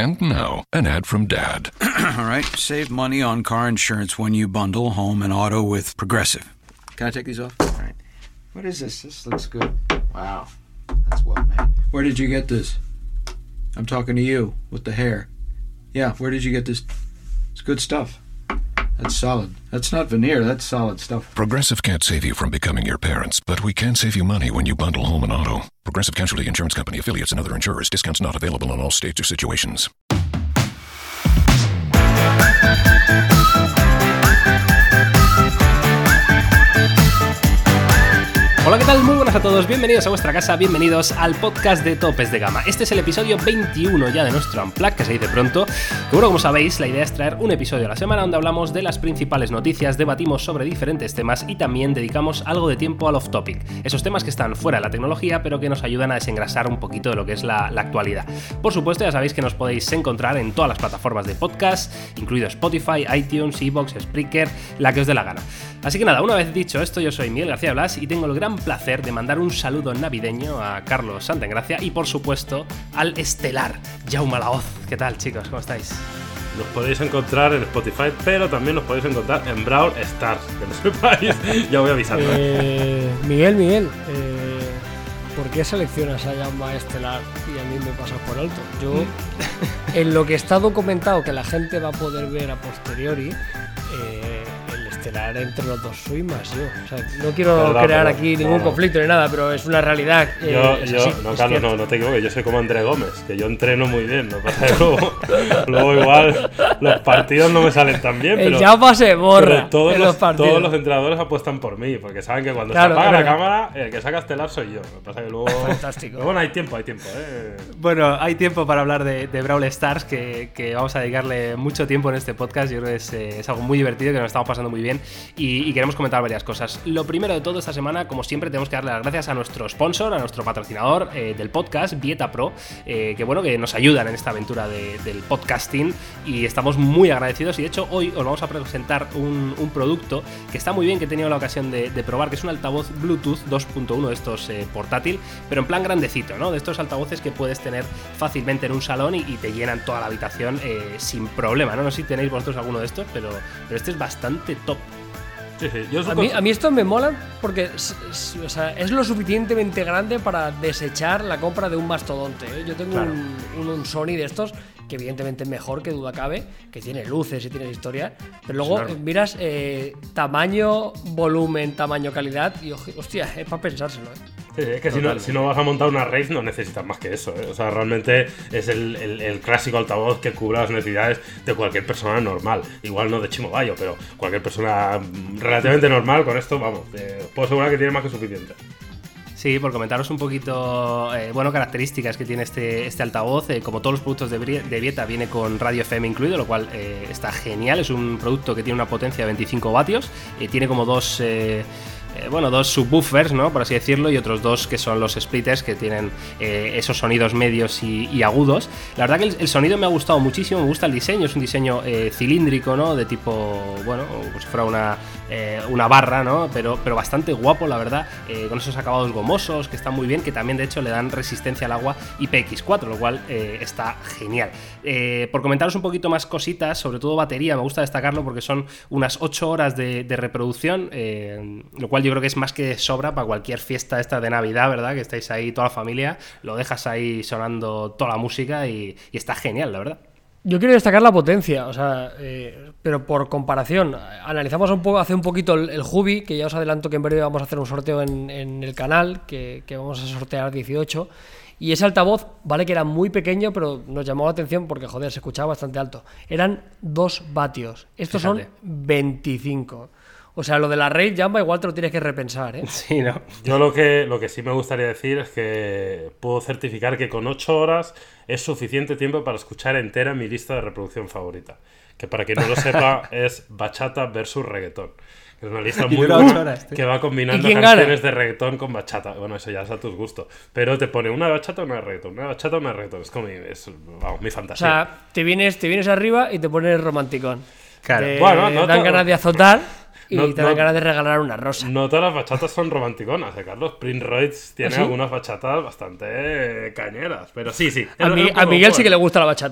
And now, an ad from Dad. All right, save money on car insurance when you bundle home and auto with Progressive. Can I take these off? All right. What is this? This looks good. Wow, that's well made. Where did you get this? I'm talking to you with the hair. Yeah, where did you get this? It's good stuff. That's solid. That's not veneer, that's solid stuff. Progressive can't save you from becoming your parents, but we can save you money when you bundle home and auto. Progressive Casualty Insurance Company, affiliates, and other insurers. Discounts not available in all states or situations. Hola, ¿qué tal? Muy buenas a todos, bienvenidos a vuestra casa, bienvenidos al podcast de Topes de Gama. Este es el episodio 21 ya de nuestro Unplugged, que se dice pronto. Que bueno, como sabéis, la idea es traer un episodio a la semana donde hablamos de las principales noticias, debatimos sobre diferentes temas y también dedicamos algo de tiempo al off-topic. Esos temas que están fuera de la tecnología, pero que nos ayudan a desengrasar un poquito de lo que es la actualidad. Por supuesto, ya sabéis que nos podéis encontrar en todas las plataformas de podcast, incluido Spotify, iTunes, iVoox, Spreaker, la que os dé la gana. Así que nada, una vez dicho esto, yo soy Miguel García Blas y tengo el gran placer de mandar un saludo navideño a Carlos Santaengracia y por supuesto al estelar Jaume Laoz. ¿Qué tal, chicos? ¿Cómo estáis? Nos podéis encontrar en Spotify, pero también nos podéis encontrar en Brawl Stars, que no sepáis, ya voy avisando. Miguel, ¿por qué seleccionas a Jaume estelar y a mí me pasas por alto? Yo, en lo que está documentado que la gente va a poder ver a posteriori, entre los dos soy más yo. O sea, no quiero crear aquí ningún conflicto ni nada, pero es una realidad. Carlos, no te equivoques, yo soy como André Gómez, que yo entreno muy bien, no pasa que luego igual los partidos no me salen tan bien, pero ya pasé borra. Todos los entrenadores apuestan por mí, porque saben que cuando se apaga la cámara, el que saca estelar soy yo. Lo que pasa que luego. Fantástico. Pero bueno, hay tiempo. Bueno, hay tiempo para hablar de Brawl Stars, que vamos a dedicarle mucho tiempo en este podcast. Yo creo que es algo muy divertido, que nos estamos pasando muy bien. Y queremos comentar varias cosas. Lo primero de todo, esta semana, como siempre, tenemos que darle las gracias a nuestro sponsor, a nuestro patrocinador del podcast, Vieta Pro, que nos ayudan en esta aventura del podcasting y estamos muy agradecidos. Y de hecho, hoy os vamos a presentar un producto que está muy bien, que he tenido la ocasión de probar, que es un altavoz Bluetooth 2.1 de estos portátil, pero en plan grandecito, ¿no? De estos altavoces que puedes tener fácilmente en un salón y te llenan toda la habitación sin problema, ¿no? No sé si tenéis vosotros alguno de estos, pero este es bastante top. Sí. A mí estos me molan porque es lo suficientemente grande para desechar la compra de un mastodonte, ¿eh? Yo tengo un Sony de estos que evidentemente es mejor, que duda cabe, que tiene luces y tiene historia, pero luego miras tamaño, volumen, tamaño, calidad y hostia, es para pensárselo, ¿eh? Sí, es que si no vas a montar una Rave no necesitas más que eso, ¿eh? O sea, realmente es el clásico altavoz que cubre las necesidades de cualquier persona normal. Igual no de Chimo Bayo, pero cualquier persona relativamente normal con esto, vamos, puedo asegurar que tiene más que suficiente. Sí, por comentaros un poquito, características que tiene este altavoz. Como todos los productos de Vieta, viene con radio FM incluido, lo cual está genial. Es un producto que tiene una potencia de 25 vatios, tiene como dos subwoofers, ¿no? Por así decirlo, y otros dos que son los splitters, que tienen esos sonidos medios y agudos. La verdad que el sonido me ha gustado muchísimo, me gusta el diseño, es un diseño cilíndrico, ¿no? De tipo, como si fuera una barra, ¿no? Pero bastante guapo, la verdad, con esos acabados gomosos que están muy bien, que también de hecho le dan resistencia al agua IPX4, lo cual está genial. Por comentaros un poquito más cositas, sobre todo batería, me gusta destacarlo porque son unas 8 horas de reproducción, lo cual yo creo que es más que sobra para cualquier fiesta esta de Navidad, ¿verdad? Que estáis ahí toda la familia, lo dejas ahí sonando toda la música y está genial, la verdad. Yo quiero destacar la potencia, pero por comparación, analizamos hace un poquito el Hubi, que ya os adelanto que en breve vamos a hacer un sorteo en el canal, que vamos a sortear 18, y ese altavoz, vale que era muy pequeño, pero nos llamó la atención porque, se escuchaba bastante alto. Eran 2 vatios, estos Fíjate. Son 25. O sea, lo de la Rave Jamba igual te lo tienes que repensar, ¿eh? Sí, ¿no? Yo lo que sí me gustaría decir es que puedo certificar que con 8 horas es suficiente tiempo para escuchar entera mi lista de reproducción favorita. Que para quien no lo sepa es bachata versus reggaetón. Es una lista muy buena que va combinando canciones de reggaetón con bachata. Bueno, eso ya es a tus gustos. Pero te pone una bachata o una de reggaetón, una bachata o una de reggaetón. Es como mi fantasía. O sea, te vienes arriba y te pones romanticón. Claro. Te dan ganas de azotar y te dan ganas de regalar una rosa. No todas las bachatas son romanticonas, Carlos. Prince Royce tiene algunas bachatas bastante cañeras. Pero sí. A Miguel sí que le gusta la bachata.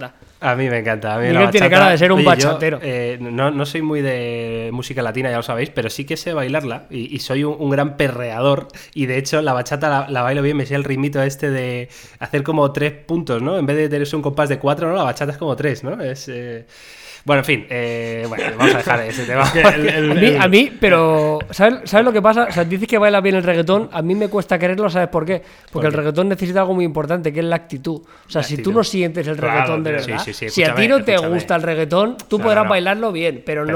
A mí me encanta. A mí Miguel tiene cara de ser un bachatero. No soy muy de música latina, ya lo sabéis, pero sí que sé bailarla y soy un gran perreador. Y de hecho, la bachata la bailo bien. Me sé el ritmito este de hacer como 3 puntos, ¿no? En vez de tener un compás de 4, ¿no? La bachata es como 3, ¿no? Bueno, en fin, vamos a dejar ese tema. A mí, pero ¿sabes lo que pasa? O sea, dices que baila bien el reggaetón, a mí me cuesta quererlo, ¿sabes por qué? Porque el reggaetón necesita algo muy importante, que es la actitud. O sea, si tú no sientes el reggaetón de verdad, si a ti no te gusta el reggaetón, tú podrás bailarlo bien, pero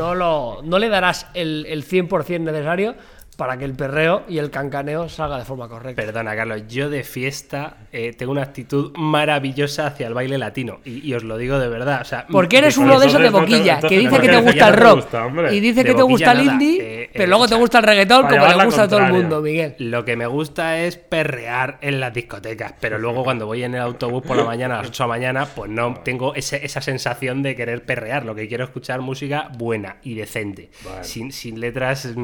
no le darás el 100% necesario para que el perreo y el cancaneo salga de forma correcta. Perdona, Carlos, yo de fiesta tengo una actitud maravillosa hacia el baile latino y os lo digo de verdad. O sea, porque eres uno de esos de boquilla, que dice que te gusta el rock y dice que te gusta el indie, pero luego te gusta el reggaetón como le gusta a todo el mundo, Miguel. Lo que me gusta es perrear en las discotecas, pero luego cuando voy en el autobús por la mañana a las 8 de la mañana, pues no tengo esa sensación de querer perrear. Lo que quiero es escuchar música buena y decente, sin letras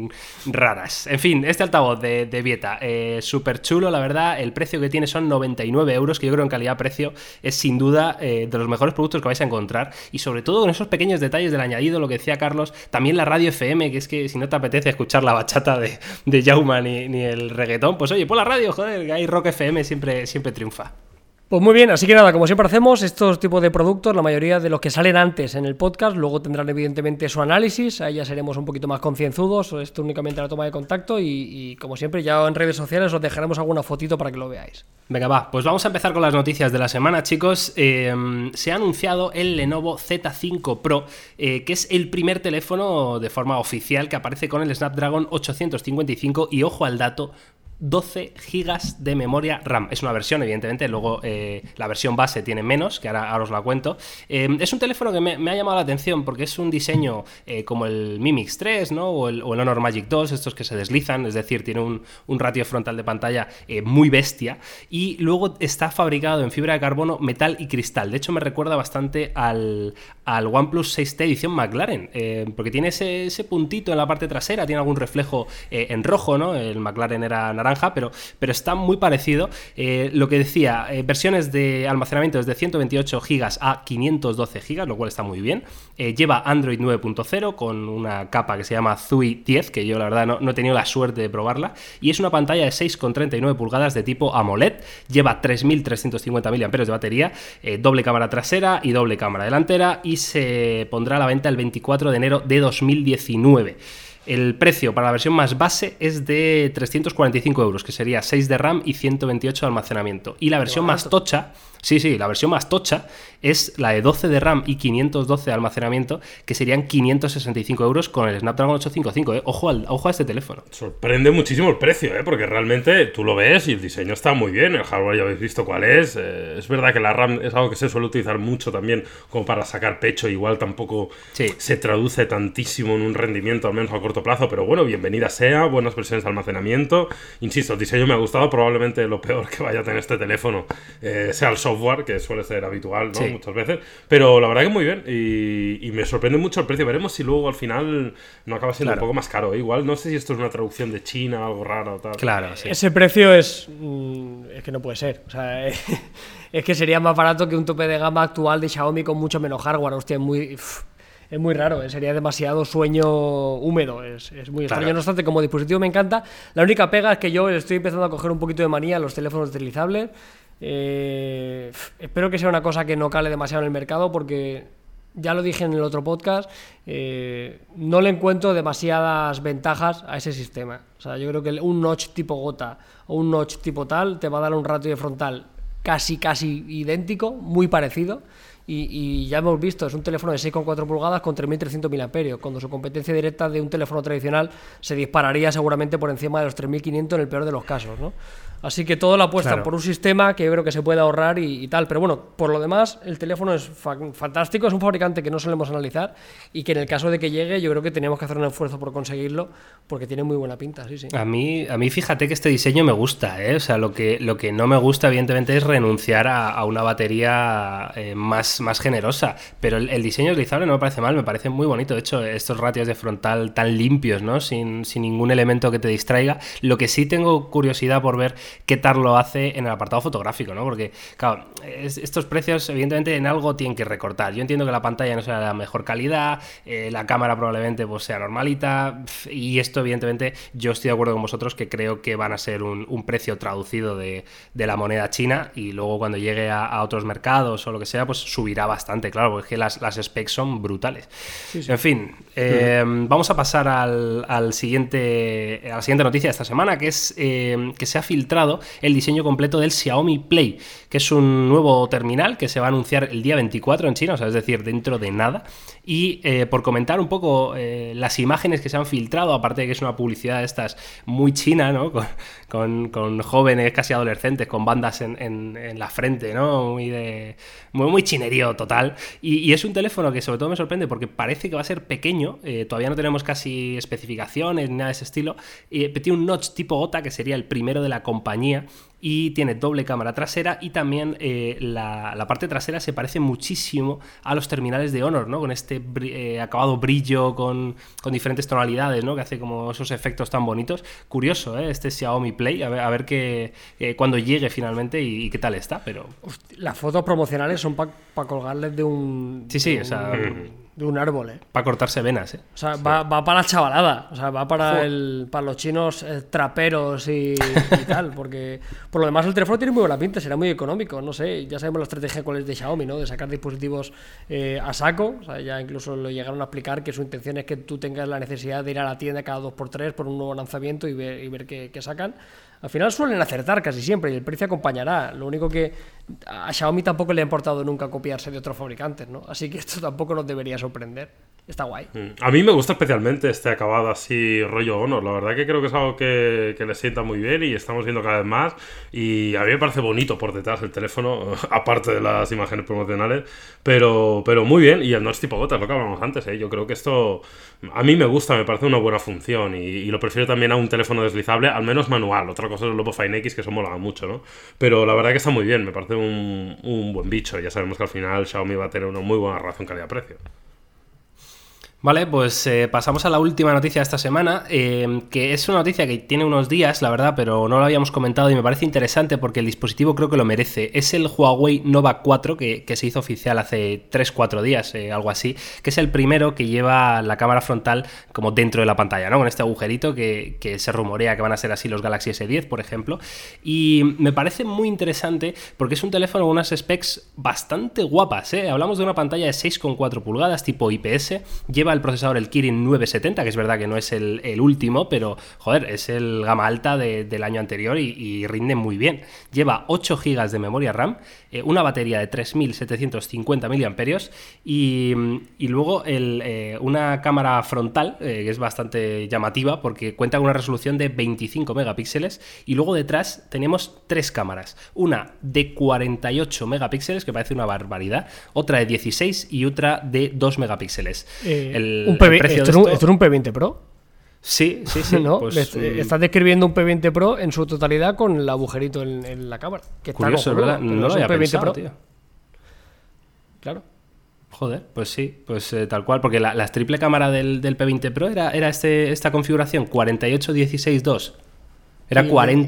raras. En fin, este altavoz de Vieta, súper chulo, la verdad. El precio que tiene son 99 euros, que yo creo en calidad-precio es sin duda de los mejores productos que vais a encontrar. Y sobre todo con esos pequeños detalles del añadido, lo que decía Carlos, también la radio FM, que es que si no te apetece escuchar la bachata de Jaume ni el reggaetón, pues oye, pon la radio, joder, que hay Rock FM, siempre triunfa. Pues muy bien, así que nada, como siempre hacemos, estos tipos de productos, la mayoría de los que salen antes en el podcast, luego tendrán evidentemente su análisis, ahí ya seremos un poquito más concienzudos, esto únicamente la toma de contacto y como siempre ya en redes sociales os dejaremos alguna fotito para que lo veáis. Venga, va, pues vamos a empezar con las noticias de la semana, chicos. Se ha anunciado el Lenovo Z5 Pro, que es el primer teléfono de forma oficial que aparece con el Snapdragon 855 y ojo al dato, 12 GB de memoria RAM. Es una versión, evidentemente, luego la versión base tiene menos, que ahora os la cuento. Es un teléfono que me ha llamado la atención porque es un diseño como el Mi Mix 3, ¿no? o el Honor Magic 2, estos que se deslizan, es decir, tiene un ratio frontal de pantalla muy bestia, y luego está fabricado en fibra de carbono, metal y cristal. De hecho, me recuerda bastante al OnePlus 6T edición McLaren, porque tiene ese puntito en la parte trasera, tiene algún reflejo en rojo, ¿no? El McLaren era naranja, pero está muy parecido. Lo que decía, versiones de almacenamiento desde 128 GB a 512 GB, lo cual está muy bien. Lleva Android 9.0 con una capa que se llama Zui 10, que yo la verdad no he tenido la suerte de probarla, y es una pantalla de 6,39 pulgadas de tipo AMOLED. Lleva 3.350 mAh de batería, doble cámara trasera y doble cámara delantera, y se pondrá a la venta el 24 de enero de 2019. El precio para la versión más base es de 345 euros, que sería 6 de RAM y 128 de almacenamiento. Y la versión más tocha, la versión más tocha es la de 12 de RAM y 512 de almacenamiento, que serían 565 euros con el Snapdragon 855. Ojo a este teléfono. Sorprende muchísimo el precio, porque realmente tú lo ves y el diseño está muy bien, el hardware ya habéis visto cuál es. Es verdad que la RAM es algo que se suele utilizar mucho también como para sacar pecho, igual tampoco se traduce tantísimo en un rendimiento, al menos a corto plazo, pero bueno, bienvenida sea, buenas versiones de almacenamiento. Insisto, el diseño me ha gustado, probablemente lo peor que vaya a tener este teléfono sea el software, que suele ser habitual, ¿no? Muchas veces, pero la verdad que muy bien y me sorprende mucho el precio. Veremos si luego al final no acaba siendo un poco más caro, igual no sé si esto es una traducción de China, algo raro o tal. Claro, sí. Ese precio es que no puede ser, o sea, es que sería más barato que un tope de gama actual de Xiaomi con mucho menos hardware. Hostia, es muy raro, sería demasiado sueño húmedo, es muy extraño. No obstante, como dispositivo me encanta. La única pega es que yo estoy empezando a coger un poquito de manía a los teléfonos deslizables. Espero que sea una cosa que no cale demasiado en el mercado, porque ya lo dije en el otro podcast, no le encuentro demasiadas ventajas a ese sistema. O sea, yo creo que un notch tipo gota o un notch tipo tal te va a dar un ratio de frontal casi idéntico, muy parecido. Y ya hemos visto, es un teléfono de 6,4 pulgadas con 3.300 mAh, cuando su competencia directa de un teléfono tradicional se dispararía seguramente por encima de los 3.500 en el peor de los casos, ¿no? Así que todo lo apuesta por un sistema que yo creo que se puede ahorrar y tal. Pero bueno, por lo demás, el teléfono es fantástico, es un fabricante que no solemos analizar y que en el caso de que llegue, yo creo que tenemos que hacer un esfuerzo por conseguirlo, porque tiene muy buena pinta, sí. A mí fíjate que este diseño me gusta, ¿eh? O sea, lo que no me gusta, evidentemente, es renunciar a una batería más generosa. Pero el diseño deslizable no me parece mal, me parece muy bonito. De hecho, estos ratios de frontal tan limpios, ¿no? Sin ningún elemento que te distraiga. Lo que sí tengo curiosidad por ver qué tal lo hace en el apartado fotográfico, ¿no? Porque, claro, estos precios evidentemente en algo tienen que recortar. Yo entiendo que la pantalla no sea de la mejor calidad, la cámara probablemente pues sea normalita, y esto evidentemente yo estoy de acuerdo con vosotros que creo que van a ser un precio traducido de la moneda china, y luego cuando llegue a otros mercados o lo que sea, pues subirá bastante, claro, porque las specs son brutales. Sí, sí. En fin, vamos a pasar a la siguiente noticia de esta semana, que es que se ha filtrado el diseño completo del Xiaomi Play, que es un nuevo terminal que se va a anunciar el día 24 en China, o sea, es decir, dentro de nada. Y por comentar un poco las imágenes que se han filtrado, aparte de que es una publicidad de estas muy china, ¿no? Con jóvenes casi adolescentes con bandas en la frente, ¿no? Muy chinerío total. Y es un teléfono que sobre todo me sorprende porque parece que va a ser pequeño, todavía no tenemos casi especificaciones ni nada de ese estilo, tiene un notch tipo gota que sería el primero de la compañía, y tiene doble cámara trasera, y también la parte trasera se parece muchísimo a los terminales de Honor, ¿no? Con este acabado brillo con diferentes tonalidades, ¿no? Que hace como esos efectos tan bonitos. Curioso, este Xiaomi Play, a ver cuando llegue finalmente y qué tal está, pero... Las fotos promocionales son para colgarles de un... Sí, o sea... De un árbol, Para cortarse venas, O sea, va para la chavalada. O sea, va para los chinos traperos y tal. Porque por lo demás el teléfono tiene muy buena pinta, será muy económico. No sé, ya sabemos la estrategia cuál es de Xiaomi, ¿no? De sacar dispositivos a saco. O sea, ya incluso lo llegaron a explicar que su intención es que tú tengas la necesidad de ir a la tienda cada 2x3 por un nuevo lanzamiento y ver qué sacan. Al final suelen acertar casi siempre y el precio acompañará. Lo único que a Xiaomi tampoco le ha importado nunca copiarse de otros fabricantes, ¿no? Así que esto tampoco nos debería sorprender. Está guay. A mí me gusta especialmente este acabado así rollo Honor. La verdad que creo que es algo que le sienta muy bien y estamos viendo cada vez más. Y a mí me parece bonito por detrás el teléfono, aparte de las imágenes promocionales. Pero muy bien. Y el notch tipo gota, es lo que hablábamos antes, ¿eh? Yo creo que esto a mí me gusta, me parece una buena función. Y lo prefiero también a un teléfono deslizable, al menos manual. Otra cosa es el Oppo Find X, que eso mola mucho, ¿no? Pero la verdad que está muy bien, me parece un buen bicho. Ya sabemos que al final Xiaomi va a tener una muy buena relación calidad-precio. Vale, pues pasamos a la última noticia de esta semana, que es una noticia que tiene unos días, la verdad, pero no lo habíamos comentado y me parece interesante porque el dispositivo creo que lo merece. Es el Huawei Nova 4 que se hizo oficial hace 3-4 días, algo así, que es el primero que lleva la cámara frontal como dentro de la pantalla, ¿no? Con este agujerito que se rumorea que van a ser así los Galaxy S10, por ejemplo. Y me parece muy interesante porque es un teléfono con unas specs bastante guapas, ¿eh? Hablamos de una pantalla de 6,4 pulgadas tipo IPS, lleva el procesador el Kirin 970, que es verdad que no es el último, pero joder, es el gama alta del año anterior y rinde muy bien. Lleva 8 GB de memoria RAM, una batería de 3750 mAh y luego una cámara frontal que es bastante llamativa porque cuenta con una resolución de 25 megapíxeles y luego detrás tenemos 3 cámaras, una de 48 megapíxeles que parece una barbaridad, otra de 16 y otra de 2 megapíxeles. ¿Esto es un P20 Pro? Sí. ¿No? Pues, estás describiendo un P20 Pro en su totalidad con el agujerito en la cámara. Que curioso, está ¿verdad? No lo había pensado, Pro. Tío. Claro. Joder, pues sí, pues tal cual, porque la triple cámara del P20 Pro era esta configuración, 48-16-2. Era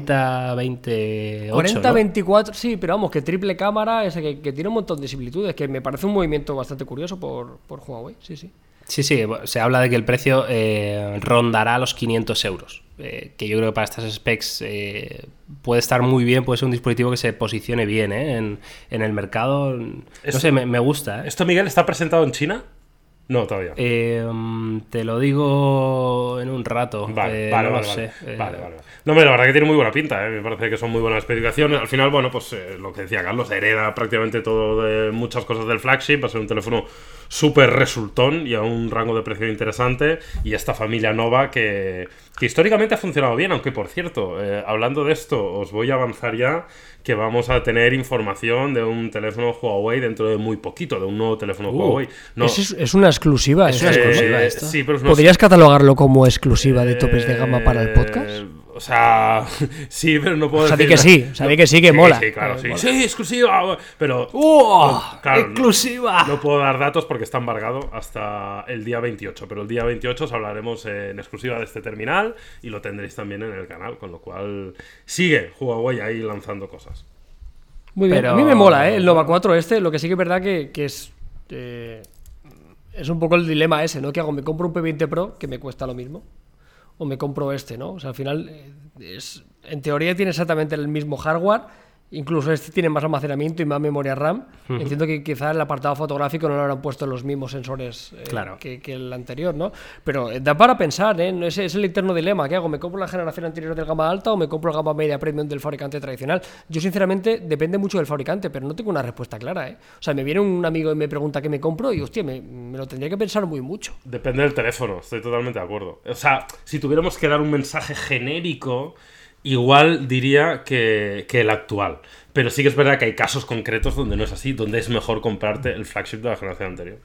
40-28, 40-24, ¿no? Sí, pero vamos, que triple cámara, que tiene un montón de similitudes, que me parece un movimiento bastante curioso por Huawei, sí. Sí, se habla de que el precio rondará los 500 euros, que yo creo que para estas specs puede estar muy bien, puede ser un dispositivo que se posicione bien en el mercado. No sé, me gusta. ¿Esto, Miguel, está presentado en China? No, todavía. Te lo digo en un rato. Vale. Sé. Vale. No, la verdad que tiene muy buena pinta, Me parece que son muy buenas especificaciones. Al final, bueno, pues lo que decía Carlos, hereda prácticamente todo de muchas cosas del flagship. Va a ser un teléfono súper resultón y a un rango de precio interesante. Y esta familia Nova que históricamente ha funcionado bien, aunque por cierto, hablando de esto, os voy a avanzar ya que vamos a tener información de un teléfono Huawei dentro de muy poquito, de un nuevo teléfono Huawei. No, es una exclusiva. Es una exclusiva esto. Sí, pero ¿Podrías catalogarlo como exclusiva de topes de gama para el podcast? O sea, sí, pero no puedo decir... O sea, di que sí, que mola. Sí, claro, sí. Mola. Sí, exclusiva, pero... Claro, ¡Exclusiva! No puedo dar datos porque está embargado hasta el día 28, pero el día 28 os hablaremos en exclusiva de este terminal y lo tendréis también en el canal, con lo cual sigue Huawei ahí lanzando cosas. Muy bien, Pero- a mí me mola, el Nova 4 lo que sí que es verdad que es un poco el dilema ese, ¿no? ¿Qué hago? ¿Me compro un P20 Pro que me cuesta lo mismo? ¿O me compro este, no? O sea, al final, en teoría tiene exactamente el mismo hardware, incluso este tiene más almacenamiento y más memoria RAM. Entiendo que quizás el apartado fotográfico no le habrán puesto los mismos sensores Claro. que el anterior, ¿no? Pero da para pensar, ¿eh? Ese es el eterno dilema. ¿Qué hago? ¿Me compro la generación anterior del gama alta o me compro la gama media premium del fabricante tradicional? Yo, sinceramente, depende mucho del fabricante, pero no tengo una respuesta clara, ¿eh? O sea, me viene un amigo y me pregunta qué me compro y, hostia, me lo tendría que pensar muy mucho. Depende del teléfono, estoy totalmente de acuerdo. O sea, si tuviéramos que dar un mensaje genérico, igual diría que el actual. Pero sí que es verdad que hay casos concretos donde no es así, donde es mejor comprarte el flagship de la generación anterior.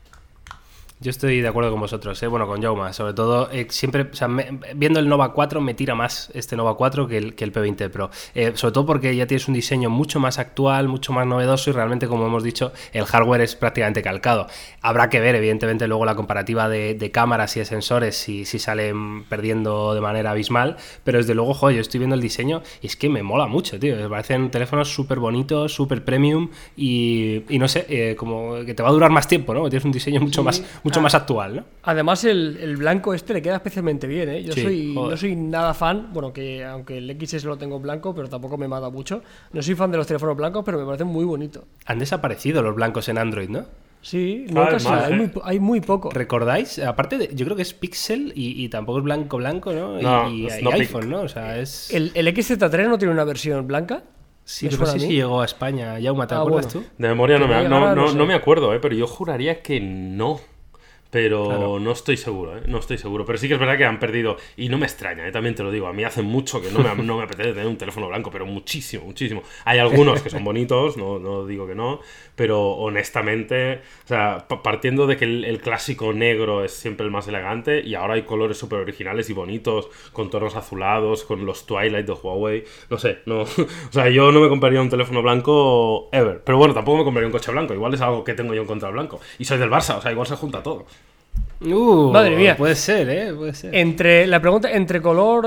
Yo estoy de acuerdo con vosotros, bueno, con Jaume, sobre todo, siempre, o sea, viendo el Nova 4 me tira más este Nova 4 que el P20 Pro, sobre todo porque ya tienes un diseño mucho más actual, mucho más novedoso y realmente, como hemos dicho, el hardware es prácticamente calcado. Habrá que ver, evidentemente, luego la comparativa de cámaras y de sensores si salen perdiendo de manera abismal, pero desde luego, joder, yo estoy viendo el diseño y es que me mola mucho, tío, me parecen teléfonos súper bonitos, súper premium y no sé, como que te va a durar más tiempo, ¿no? Tienes un diseño mucho más actual, ¿no? Además, el blanco este le queda especialmente bien, ¿eh? Yo Sí, no joder. soy nada fan, bueno, que aunque el XS lo tengo en blanco, pero tampoco me mata mucho. No soy fan de los teléfonos blancos, pero me parecen muy bonitos. Han desaparecido los blancos en Android, ¿no? Sí, Cada no vez casi, más, hay muy poco. ¿Recordáis? Aparte de, yo creo que es Pixel y tampoco es blanco, ¿no? No, y es no iPhone, pic. ¿no? O sea, es... ¿El XZ3 no tiene una versión blanca? Sí, ¿Me pero no suena sé a si mí? llegó a España. Jaume, ¿te Ah, acuerdas bueno. tú? De memoria Que no sé. me acuerdo, pero yo juraría que no. Pero Claro. no estoy seguro, no estoy seguro. Pero sí que es verdad que han perdido, y no me extraña, también te lo digo, a mí hace mucho que no me apetece tener un teléfono blanco, pero muchísimo, muchísimo. Hay algunos que son bonitos, no digo que no, pero honestamente, o sea, partiendo de que el clásico negro es siempre el más elegante, y ahora hay colores súper originales y bonitos, con tonos azulados, con los Twilight de Huawei, no sé, o sea, yo no me compraría un teléfono blanco ever. Pero bueno, tampoco me compraría un coche blanco, igual es algo que tengo yo en contra del blanco. Y soy del Barça, o sea, igual se junta todo. Madre mía. Puede ser, puede ser. La pregunta, entre color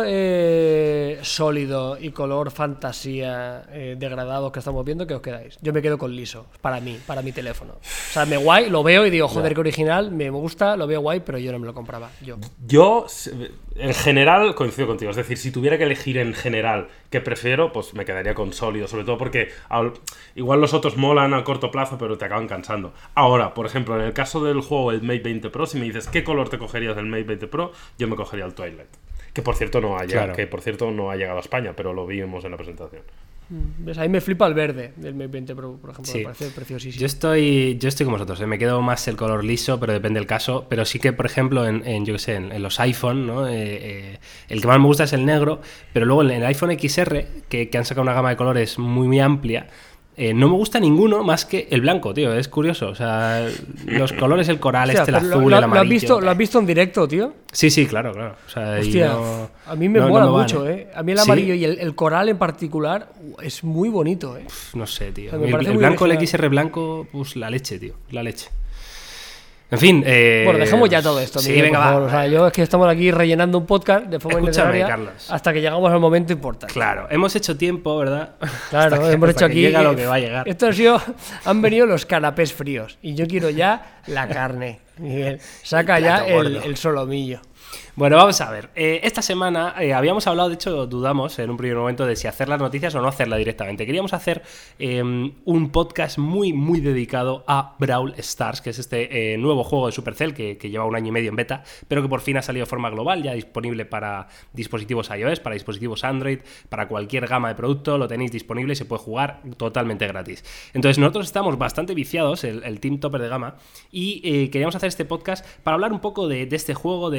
sólido y color fantasía degradado que estamos viendo, ¿qué os quedáis? Yo me quedo con liso, para mi teléfono. O sea, guay, lo veo y digo, joder, qué original, me gusta, lo veo guay, pero yo no me lo compraba. Yo, en general, coincido contigo. Es decir, si tuviera que elegir en general qué prefiero, pues me quedaría con sólido. Sobre todo porque igual los otros molan a corto plazo, pero te acaban cansando. Ahora, por ejemplo, en el caso del juego, el Mate 20 Pro, si me dices ¿qué color te cogerías del Mate 20 Pro? Yo me cogería el Twilight. Que por cierto no ha llegado, Claro. no ha llegado a España, pero lo vimos en la presentación. ¿Ves? A mí me flipa el verde del Mate 20 Pro, por ejemplo, Sí. me parece preciosísimo. Yo estoy con vosotros, me quedo más el color liso, pero depende del caso. Pero sí que, por ejemplo, yo qué sé, en los iPhone, ¿no? El que más me gusta es el negro, pero luego en el iPhone XR, que han sacado una gama de colores muy, muy amplia, no me gusta ninguno más que el blanco, tío. Es curioso. O sea, los colores, el coral, Hostia, el pero azul, el amarillo. ¿Lo has visto en directo, tío? Sí, claro. O sea, y Hostia, a mí me mola van, mucho, ¿eh? A mí el ¿Sí? amarillo y el coral en particular es muy bonito, ¿eh? No sé, tío. O sea, me El parece muy blanco, el original. XR blanco, pues la leche, tío. La leche. En fin. Bueno, dejemos ya todo esto, Sí, Miguel, venga, por favor. va. O sea, yo es que estamos aquí rellenando un podcast de forma Escúchame, innecesaria Carlos. hasta que llegamos al momento importante. Claro, hemos hecho tiempo, ¿verdad? Claro, Hasta que- hemos hasta hecho que aquí. llega lo que va a llegar. Esto han venido los canapés fríos y yo quiero ya la carne. Miguel, saca El ya plato gordo. el solomillo. Bueno, vamos a ver. Esta semana habíamos hablado, de hecho, dudamos en un primer momento de si hacer las noticias o no hacerla directamente. Queríamos hacer un podcast muy, muy dedicado a Brawl Stars, que es este nuevo juego de Supercell que lleva 1 año y medio en beta, pero que por fin ha salido de forma global, ya disponible para dispositivos iOS, para dispositivos Android, para cualquier gama de producto, lo tenéis disponible y se puede jugar totalmente gratis. Entonces, nosotros estamos bastante viciados, el Team Topper de Gama, y queríamos hacer este podcast para hablar un poco de este juego, de lo que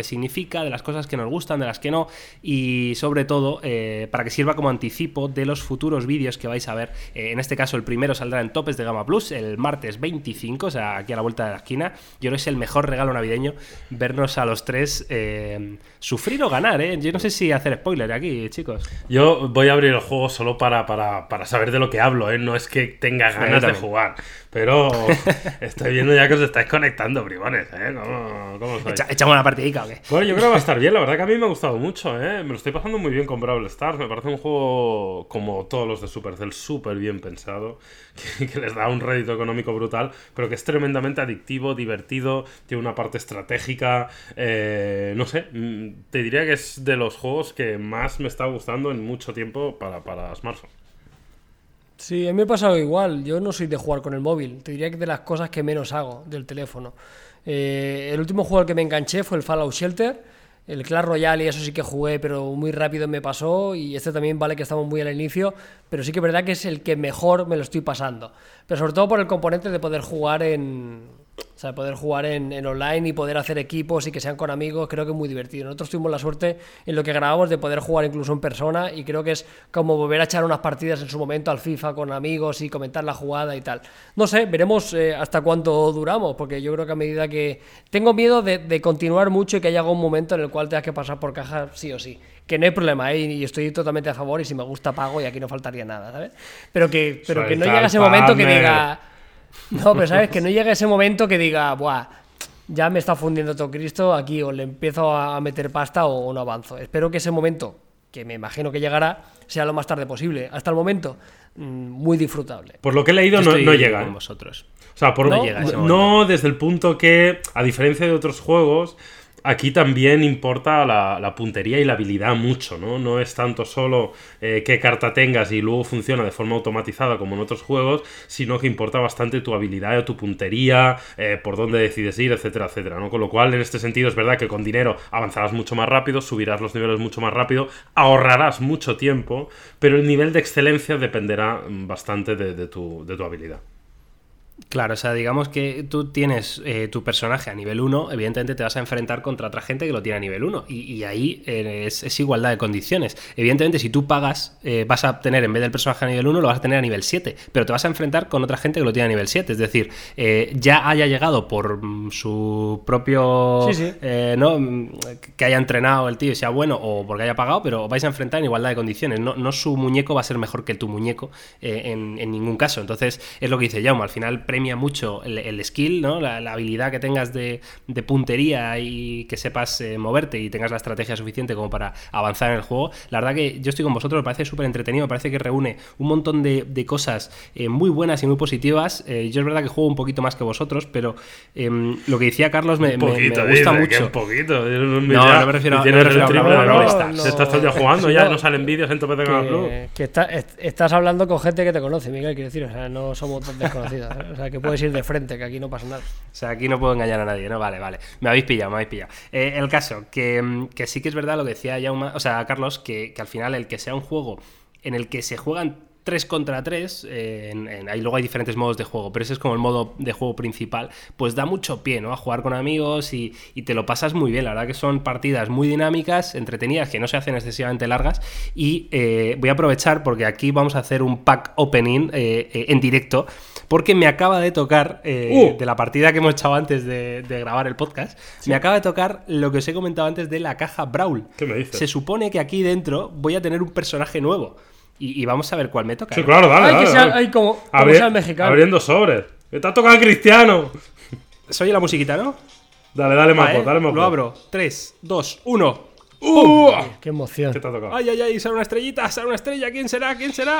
significa, de las cosas que nos gustan, de las que no, y sobre todo para que sirva como anticipo de los futuros vídeos que vais a ver. En este caso el primero saldrá en Topes de Gama Plus el martes 25, o sea, aquí a la vuelta de la esquina. Yo creo que es el mejor regalo navideño vernos a los tres sufrir o ganar, ¿eh? Yo no sé si hacer spoiler aquí, chicos. Yo voy a abrir el juego solo para saber de lo que hablo, ¿eh? No es que tenga ganas de jugar, pero estoy viendo ya que os estáis conectando, bribones, ¿eh? ¿Cómo sois? ¿Echamos una partidica o qué? Bueno, yo creo que va a estar bien, la verdad que a mí me ha gustado mucho, ¿eh? Me lo estoy pasando muy bien con Brawl Stars, me parece un juego como todos los de Supercell, súper bien pensado, que les da un rédito económico brutal, pero que es tremendamente adictivo, divertido, tiene una parte estratégica, no sé, te diría que es de los juegos que más me está gustando en mucho tiempo para smartphone. Sí, a mí me ha pasado igual. Yo no soy de jugar con el móvil. Te diría que de las cosas que menos hago del teléfono. El último juego al que me enganché fue el Fallout Shelter. El Clash Royale y eso sí que jugué, pero muy rápido me pasó. Y este también vale que estamos muy al inicio. Pero sí que es verdad que es el que mejor me lo estoy pasando. Pero sobre todo por el componente de poder jugar en online y poder hacer equipos y que sean con amigos. Creo que es muy divertido. Nosotros tuvimos la suerte en lo que grabamos de poder jugar incluso en persona, y creo que es como volver a echar unas partidas en su momento al FIFA con amigos y comentar la jugada y tal. No sé, veremos hasta cuánto duramos, porque yo creo que a medida que... Tengo miedo de continuar mucho y que haya algún momento en el cual tengas que pasar por caja sí o sí. Que no hay problema, y estoy totalmente a favor, y si me gusta pago y aquí no faltaría nada, ¿sabes? Pero que no llegue ese momento que diga... No, pero sabes, que no llegue ese momento que diga, buah, ya me está fundiendo todo Cristo, aquí o le empiezo a meter pasta o no avanzo. Espero que ese momento, que me imagino que llegará, sea lo más tarde posible. Hasta el momento, muy disfrutable. Por lo que he leído, no llega con vosotros. O sea, ¿No? Desde el punto que, a diferencia de otros juegos, aquí también importa la puntería y la habilidad mucho, ¿no? No es tanto solo qué carta tengas y luego funciona de forma automatizada como en otros juegos, sino que importa bastante tu habilidad o tu puntería, por dónde decides ir, etcétera, etcétera, ¿no? Con lo cual, en este sentido, es verdad que con dinero avanzarás mucho más rápido, subirás los niveles mucho más rápido, ahorrarás mucho tiempo, pero el nivel de excelencia dependerá bastante de tu habilidad. Claro, o sea, digamos que tú tienes tu personaje a nivel 1, evidentemente te vas a enfrentar contra otra gente que lo tiene a nivel 1, y ahí es igualdad de condiciones. Evidentemente, si tú pagas, vas a tener, en vez del personaje a nivel 1, lo vas a tener a nivel 7, pero te vas a enfrentar con otra gente que lo tiene a nivel 7, es decir, ya haya llegado por su propio... Sí. ¿no? Que haya entrenado el tío y sea bueno, o porque haya pagado, pero vais a enfrentar en igualdad de condiciones. No su muñeco va a ser mejor que tu muñeco en ningún caso. Entonces, es lo que dice Jaume, al final premia mucho el skill, ¿no? La habilidad que tengas de puntería y que sepas moverte y tengas la estrategia suficiente como para avanzar en el juego. La verdad que yo estoy con vosotros, me parece súper entretenido, me parece que reúne un montón de cosas muy buenas y muy positivas. Yo es verdad que juego un poquito más que vosotros, pero lo que decía Carlos me gusta mucho. Un poquito. No me refiero a Brawl Stars. Se está todo el día jugando, ya no salen vídeos en Topes de Gama Plus. Que estás hablando con gente que te conoce, Miguel, quiero decir, o sea, no somos tan desconocidos, ¿eh? O sea, que puedes ir de frente, que aquí no pasa nada. O sea, aquí no puedo engañar a nadie, ¿no? Vale. Me habéis pillado. El caso, que sí que es verdad lo que decía Jaume, o sea, Carlos, que al final el que sea un juego en el que se juegan 3 contra 3, ahí luego hay diferentes modos de juego, pero ese es como el modo de juego principal, pues da mucho pie, ¿no? A jugar con amigos y te lo pasas muy bien. La verdad que son partidas muy dinámicas, entretenidas, que no se hacen excesivamente largas, y voy a aprovechar porque aquí vamos a hacer un pack opening en directo, porque me acaba de tocar, de la partida que hemos echado antes de grabar el podcast, me acaba de tocar lo que os he comentado antes de la caja Brawl. ¿Qué me dices? Se supone que aquí dentro voy a tener un personaje nuevo. Y vamos a ver cuál me toca. Sí, claro, dale. Hay como sea el mexicano. Abriendo sobres. ¡Me está tocando Cristiano! ¿Soy la musiquita, no? Dale, Mapo, dale, Mapo. Lo abro. 3, 2, 1. ¡Qué emoción! ¿Qué te ha tocado? ¡Ay! Sale una estrellita, ¿Quién será?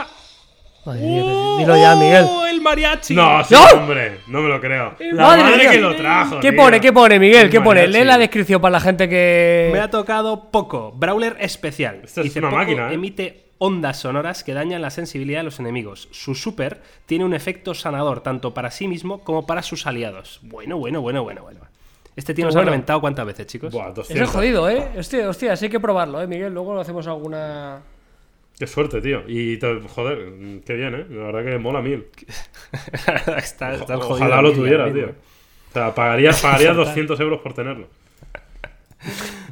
Dilo ya, Miguel. ¡El mariachi! No, sí, ¡No! hombre, no me lo creo. La madre que mía. lo trajo. ¿Qué tío. pone, Miguel? ¿Qué pone? Mariachi. Lee la descripción para la gente que... Me ha tocado Poco, Brawler especial. Esta es Dice, una Poco máquina, ¿eh? emite ondas sonoras que dañan la sensibilidad de los enemigos. Su super tiene un efecto sanador tanto para sí mismo como para sus aliados. Bueno. Este tío nos ha reventado ¿cuántas veces, chicos? Buah, Eso 200. es jodido, ¿eh? Hostia, sí hay que probarlo, Miguel. Luego lo hacemos alguna... Qué suerte, tío. Y, joder, qué bien, ¿eh? La verdad que mola 1000. Está Ojalá lo tuviera, tío. O sea, pagaría 200 euros por tenerlo.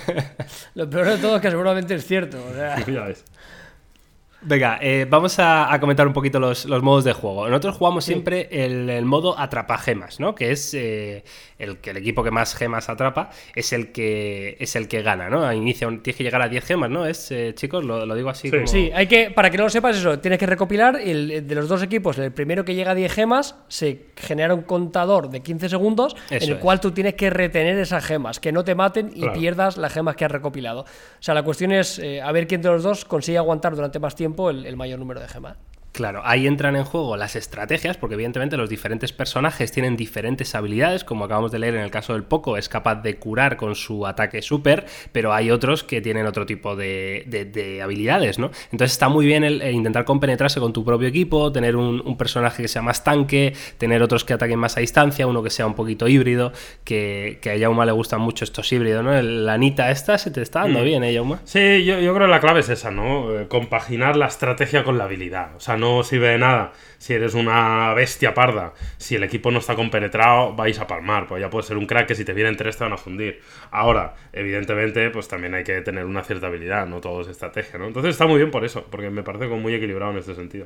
Lo peor de todo es que seguramente es cierto. O sea, Ya ves. Venga, vamos a comentar un poquito los modos de juego. Nosotros jugamos siempre el modo atrapagemas, ¿no? Que es el equipo que más gemas atrapa es el que gana, ¿no? A inicio tienes que llegar a 10 gemas, ¿no? Chicos, lo digo así. Sí. Como... sí, hay que, para que no lo sepas eso, tienes que recopilar de los dos equipos, el primero que llega a 10 gemas, se genera un contador de 15 segundos Eso en el es. cual tú tienes que retener esas gemas, que no te maten y Claro. pierdas las gemas que has recopilado. O sea, la cuestión es a ver quién de los dos consigue aguantar durante más tiempo el mayor número de gemas. Claro, ahí entran en juego las estrategias, porque evidentemente los diferentes personajes tienen diferentes habilidades, como acabamos de leer en el caso del Poco, es capaz de curar con su ataque super, pero hay otros que tienen otro tipo de habilidades, ¿no? Entonces está muy bien el intentar compenetrarse con tu propio equipo, tener un personaje que sea más tanque, tener otros que ataquen más a distancia, uno que sea un poquito híbrido, que a Yauma le gustan mucho estos híbridos, ¿no? La Anita esta se te está dando bien, ¿eh, Yauma? Sí, yo creo que la clave es esa, ¿no? Compaginar la estrategia con la habilidad. O sea, no sirve de nada si eres una bestia parda. Si el equipo no está compenetrado, vais a palmar. Pues ya puede ser un crack que si te vienen 3 te van a fundir. Ahora, evidentemente, pues también hay que tener una cierta habilidad, no todo es estrategia, ¿no? Entonces está muy bien por eso, porque me parece como muy equilibrado en este sentido.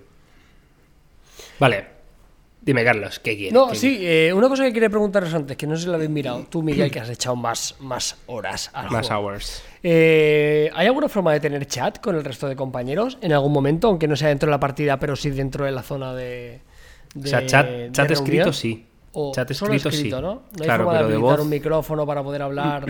Vale. Dime, Carlos, ¿qué quieres? No, sí, una cosa que quería preguntaros antes, que no sé si la habéis mirado. Tú, Miguel, que has echado más horas al Más juego. hours. ¿Hay alguna forma de tener chat con el resto de compañeros en algún momento, aunque no sea dentro de la partida, pero sí dentro de la zona de O sea, chat reunión? escrito sí. O Chat solo escrito, sí. ¿no? No hay Claro, forma de pero de habilitar voz- un micrófono para poder hablar.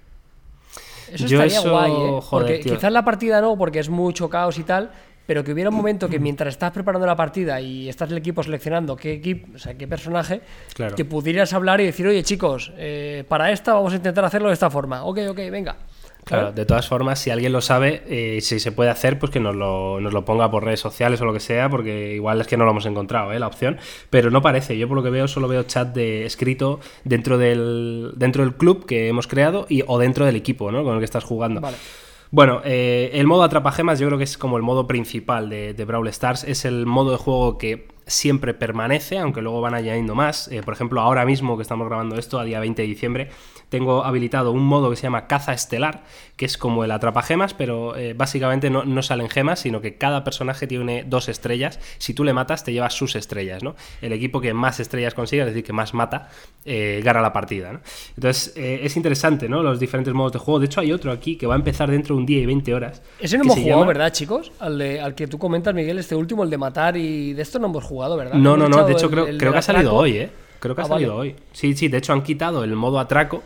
Eso Yo estaría eso, guay, ¿eh? joder, Porque tío. quizás la partida no, porque es mucho caos y tal, pero que hubiera un momento que mientras estás preparando la partida y estás el equipo seleccionando qué personaje, Claro. que pudieras hablar y decir, oye chicos, para esta vamos a intentar hacerlo de esta forma. Ok, venga. Claro, ¿Sabes? de todas formas, si alguien lo sabe, si se puede hacer, pues que nos lo ponga por redes sociales o lo que sea, porque igual es que no lo hemos encontrado, la opción. Pero no parece, yo por lo que veo solo veo chat de escrito dentro del club que hemos creado o dentro del equipo, ¿no? Con el que estás jugando. Vale. Bueno, el modo atrapagemas yo creo que es como el modo principal de Brawl Stars. Es el modo de juego que siempre permanece, aunque luego van añadiendo más. Por ejemplo, ahora mismo que estamos grabando esto, a día 20 de diciembre, tengo habilitado un modo que se llama Caza Estelar, que es como el atrapagemas, pero básicamente no salen gemas, sino que cada personaje tiene 2 estrellas. Si tú le matas, te llevas sus estrellas, ¿no? El equipo que más estrellas consiga, es decir, que más mata, gana la partida, ¿no? Entonces, es interesante, ¿no? Los diferentes modos de juego. De hecho, hay otro aquí que va a empezar dentro de un día y 20 horas. Ese no que hemos se jugado, llama- ¿verdad, chicos? Al que tú comentas, Miguel, este último, el de matar y de esto no hemos jugado, ¿verdad? No, Hemos de echado hecho el creo del que ha salido atraco. hoy, ¿eh? Creo que ha salido vale. hoy. Sí, de hecho han quitado el modo atraco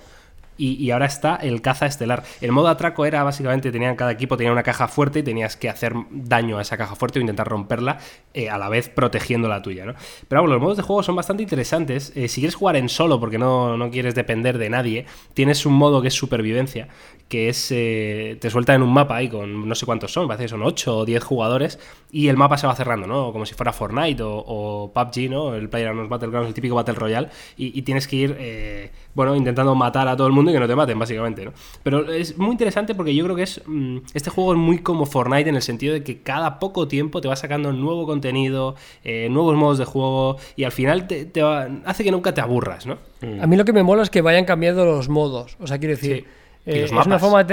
y ahora está el caza estelar. El modo atraco era básicamente, cada equipo tenía una caja fuerte y tenías que hacer daño a esa caja fuerte o intentar romperla, a la vez protegiendo la tuya, ¿no? Pero bueno, los modos de juego son bastante interesantes. Si quieres jugar en solo porque no quieres depender de nadie, tienes un modo que es supervivencia, que es te suelta en un mapa ahí con no sé cuántos son, parece que son 8 o 10 jugadores y el mapa se va cerrando, ¿no? Como si fuera Fortnite o PUBG, ¿no? El PlayerUnknown's Battlegrounds, el típico Battle Royale, y tienes que ir, intentando matar a todo el mundo y que no te maten, básicamente, ¿no? Pero es muy interesante porque yo creo que este juego es muy como Fortnite en el sentido de que cada poco tiempo te va sacando nuevo contenido, nuevos modos de juego y al final hace que nunca te aburras, ¿no? A mí lo que me mola es que vayan cambiando los modos. O sea, quiero decir, Sí. Y los es una mapas. forma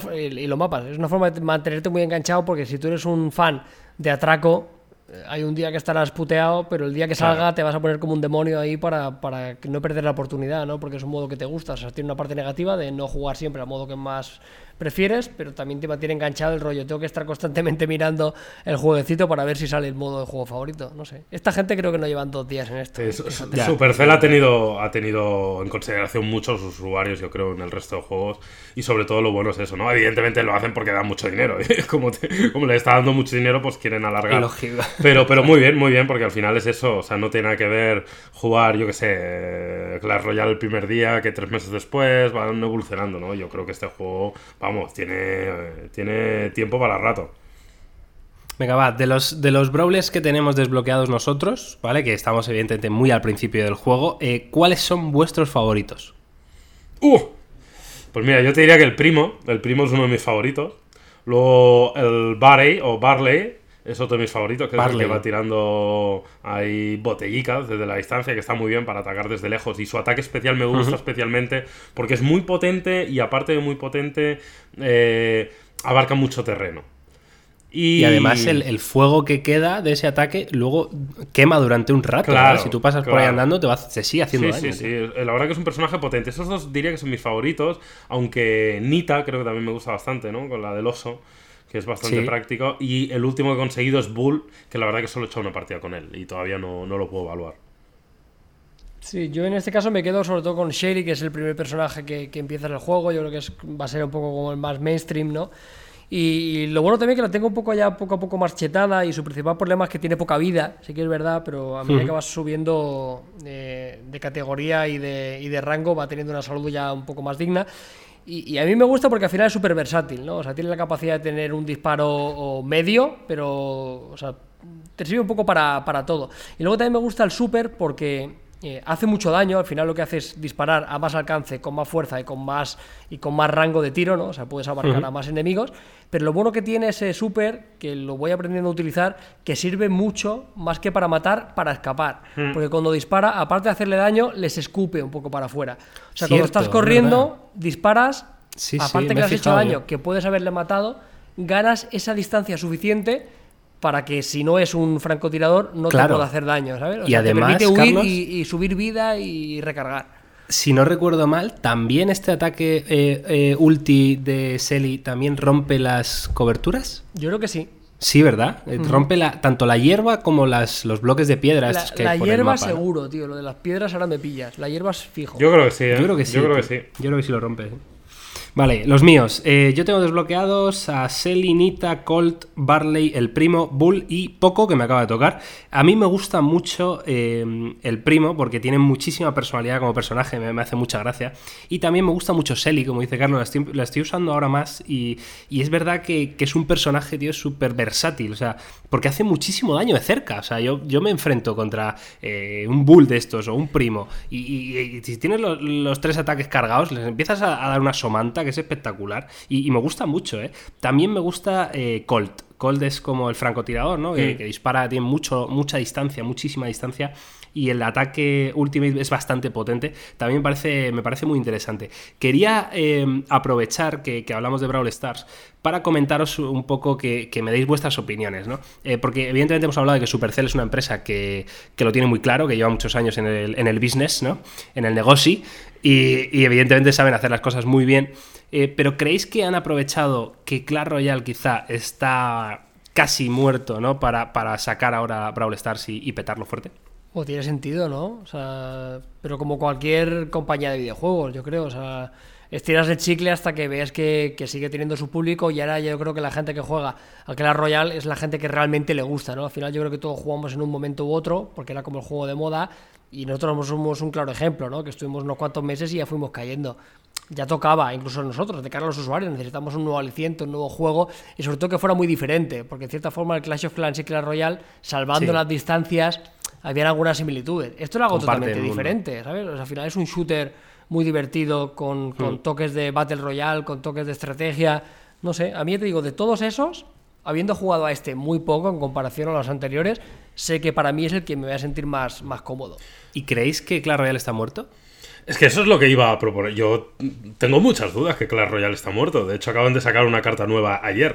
y los mapas. Es una forma de mantenerte muy enganchado porque si tú eres un fan de atraco, hay un día que estarás puteado, pero el día que salga Claro. te vas a poner como un demonio ahí para no perder la oportunidad, ¿no? Porque es un modo que te gusta. O sea, tiene una parte negativa de no jugar siempre al modo que más prefieres, pero también te mantiene enganchado el rollo. Tengo que estar constantemente mirando el jueguecito para ver si sale el modo de juego favorito. No sé. Esta gente creo que no llevan 2 días en esto. Ya. Supercell ha tenido en consideración muchos usuarios, yo creo, en el resto de juegos. Y sobre todo lo bueno es eso, ¿no? Evidentemente lo hacen porque dan mucho dinero. como le está dando mucho dinero, pues quieren alargar. Lógico. Pero muy bien, porque al final es eso. O sea, no tiene nada que ver jugar, yo qué sé, Clash Royale el primer día que 3 meses después van evolucionando, ¿no? Yo creo que este juego, vamos, tiene tiempo para rato. Venga, va, de los brawlers que tenemos desbloqueados nosotros, ¿vale? Que estamos evidentemente muy al principio del juego, ¿cuáles son vuestros favoritos? Pues mira, yo te diría que el primo es uno de mis favoritos. Luego el Barley es otro de mis favoritos, que es el que va tirando ahí botellicas desde la distancia, que está muy bien para atacar desde lejos. Y su ataque especial me gusta especialmente porque es muy potente y aparte de muy potente, abarca mucho terreno. Y además el fuego que queda de ese ataque luego quema durante un rato. Claro, ¿verdad? Si tú pasas por ahí andando, te sigue haciendo daño. Sí. La verdad que es un personaje potente. Esos dos diría que son mis favoritos, aunque Nita creo que también me gusta bastante, ¿no? Con la del oso, que es bastante práctico. Y el último que he conseguido es Bull, que la verdad que solo he echado una partida con él y todavía no lo puedo evaluar. Sí, yo en este caso me quedo sobre todo con Sherry, que es el primer personaje que empieza en el juego. Yo creo que va a ser un poco como el más mainstream, ¿no? Y lo bueno también que la tengo un poco ya poco a poco más chetada, y su principal problema es que tiene poca vida, sí que es verdad, pero a medida que vas subiendo de categoría y de rango va teniendo una salud ya un poco más digna. Y a mí me gusta porque al final es súper versátil, ¿no? O sea, tiene la capacidad de tener un disparo medio, pero o sea, te sirve un poco para todo. Y luego también me gusta el super porque hace mucho daño. Al final lo que hace es disparar a más alcance, con más fuerza y con más rango de tiro, ¿no? O sea, puedes abarcar a más enemigos. Pero lo bueno que tiene ese super, que lo voy aprendiendo a utilizar, que sirve mucho más que para matar, para escapar. Porque cuando dispara, aparte de hacerle daño, les escupe un poco para afuera. O sea, cuando estás corriendo, disparas, aparte que le has hecho daño, que puedes haberle matado, ganas esa distancia suficiente para que si no es un francotirador no te pueda hacer daño, ¿sabes? O sea, además, te permite huir, Carlos, y subir vida y recargar. Si no recuerdo mal, también este ataque ulti de Selly también rompe las coberturas. Yo creo que sí. Sí, ¿verdad? Rompe tanto la hierba como los bloques de piedra. La hierba seguro, tío. Lo de las piedras ahora me pillas. La hierba es fijo. Yo creo que sí, ¿eh? Yo creo que sí lo rompe. Vale, los míos. Yo tengo desbloqueados a Selly, Nita, Colt, Barley, el primo, Bull y Poco, que me acaba de tocar. A mí me gusta mucho el primo porque tiene muchísima personalidad como personaje, me hace mucha gracia. Y también me gusta mucho Selly, como dice Carlos, la estoy usando ahora más. Y es verdad que es un personaje, tío, súper versátil. O sea, porque hace muchísimo daño de cerca. O sea, yo me enfrento contra un Bull de estos o un primo. Y si tienes los tres ataques cargados, les empiezas a dar una somanta que es espectacular y me gusta mucho, ¿eh? También me gusta Colt. Colt es como el francotirador, ¿no? Que dispara, tiene mucha distancia, muchísima distancia, y el ataque Ultimate es bastante potente. También me parece muy interesante. Quería aprovechar que hablamos de Brawl Stars para comentaros un poco, que me deis vuestras opiniones, ¿no? Porque evidentemente hemos hablado de que Supercell es una empresa que lo tiene muy claro, que lleva muchos años en el business, ¿no? En el negocio, y evidentemente saben hacer las cosas muy bien. Pero ¿creéis que han aprovechado que Clash Royale quizá está casi muerto, ¿no? Para sacar ahora Brawl Stars y petarlo fuerte? O tiene sentido, ¿no? O sea, pero como cualquier compañía de videojuegos, yo creo. O sea, estiras el chicle hasta que ves que sigue teniendo su público, y ahora yo creo que la gente que juega al Clash Royale es la gente que realmente le gusta, ¿no? Al final yo creo que todos jugamos en un momento u otro, porque era como el juego de moda, y nosotros somos un claro ejemplo, ¿no? Que estuvimos unos cuantos meses y ya fuimos cayendo. Ya tocaba, incluso nosotros, de cara a los usuarios, necesitamos un nuevo aliciente, un nuevo juego, y sobre todo que fuera muy diferente, porque en cierta forma el Clash of Clans y Clash Royale, salvando las distancias, habían algunas similitudes. Esto era algo totalmente diferente, ¿sabes? O sea, al final es un shooter muy divertido, con toques de Battle Royale, con toques de estrategia. No sé, a mí te digo, de todos esos, habiendo jugado a este muy poco en comparación a los anteriores, sé que para mí es el que me voy a sentir más cómodo. ¿Y creéis que Clash Royale está muerto? Es que eso es lo que iba a proponer. Yo tengo muchas dudas que Clash Royale está muerto. De hecho, acaban de sacar una carta nueva ayer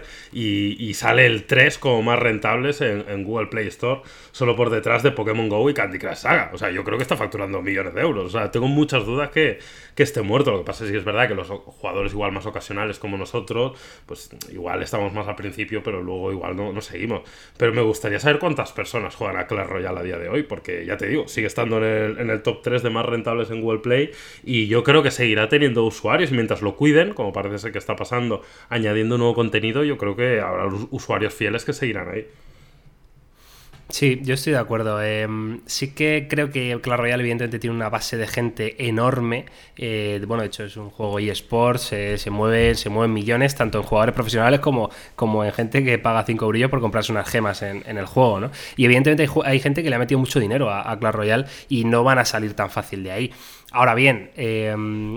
y sale el 3 como más rentables en Google Play Store, solo por detrás de Pokémon GO y Candy Crush Saga. O sea, yo creo que está facturando millones de euros. O sea, tengo muchas dudas que esté muerto. Lo que pasa es que es verdad que los jugadores igual más ocasionales como nosotros, pues igual estamos más al principio, pero luego igual no seguimos. Pero me gustaría saber cuántas personas juegan a Clash Royale a día de hoy, porque ya te digo, sigue estando en el top 3 de más rentables en Google Play, y yo creo que seguirá teniendo usuarios mientras lo cuiden, como parece ser que está pasando, añadiendo nuevo contenido. Yo creo que habrá usuarios fieles que seguirán ahí. Sí, yo estoy de acuerdo. Sí que creo que Clash Royale evidentemente tiene una base de gente enorme. Bueno, de hecho es un juego eSports, se mueven millones, tanto en jugadores profesionales como en gente que paga 5 euros por comprarse unas gemas en el juego, ¿no? Y evidentemente hay gente que le ha metido mucho dinero a Clash Royale y no van a salir tan fácil de ahí. Ahora bien,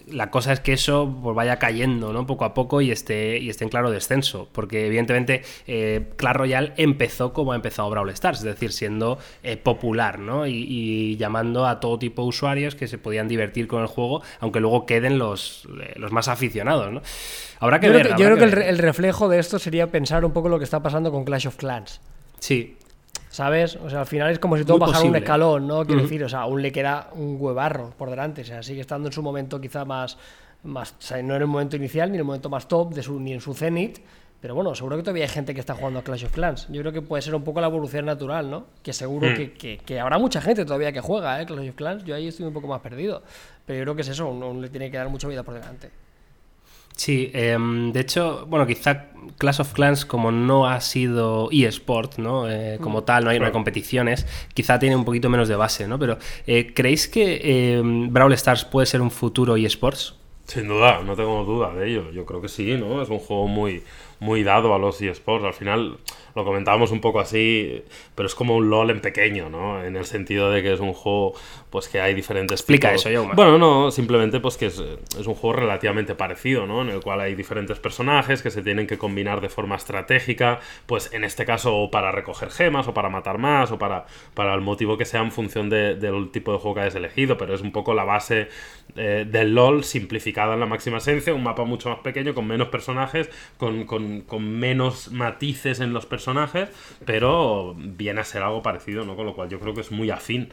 la cosa es que eso pues vaya cayendo, ¿no? Poco a poco y esté en claro descenso, porque evidentemente Clash Royale empezó como ha empezado Brawl Stars, es decir, siendo popular, ¿no? Y llamando a todo tipo de usuarios que se podían divertir con el juego, aunque luego queden los más aficionados, ¿no? Habrá que ver. Yo creo que el reflejo de esto sería pensar un poco lo que está pasando con Clash of Clans. Sí. ¿Sabes? O sea, al final es como si todo bajara un escalón, ¿no? Quiero Uh-huh. decir, o sea, aún le queda un huevarro por delante. O sea, sigue estando en su momento quizá más o sea, no en el momento inicial, ni en el momento más top, ni en su cenit. Pero bueno, seguro que todavía hay gente que está jugando a Clash of Clans. Yo creo que puede ser un poco la evolución natural, ¿no? Que seguro que habrá mucha gente todavía que juega, Clash of Clans. Yo ahí estoy un poco más perdido. Pero yo creo que es eso, aún le tiene que dar mucha vida por delante. Sí, de hecho, bueno, quizá Clash of Clans, como no ha sido eSport, ¿no? Como tal, no hay competiciones, quizá tiene un poquito menos de base, ¿no? Pero, ¿creéis que Brawl Stars puede ser un futuro eSports? Sin duda, no tengo duda de ello. Yo creo que sí, ¿no? Es un juego muy, muy dado a los eSports. Al final lo comentábamos un poco así, pero es como un LoL en pequeño, ¿no? En el sentido de que es un juego, pues que hay diferentes Explica tipos. eso, Jaume. Bueno, no, simplemente pues que es un juego relativamente parecido, ¿no? En el cual hay diferentes personajes que se tienen que combinar de forma estratégica, pues en este caso o para recoger gemas, o para matar más, o para el motivo que sea en función del tipo de juego que hayas elegido, pero es un poco la base del LoL simplificada en la máxima esencia, un mapa mucho más pequeño, con menos personajes, con menos matices en los personajes, pero viene a ser algo parecido, ¿no? Con lo cual yo creo que es muy afín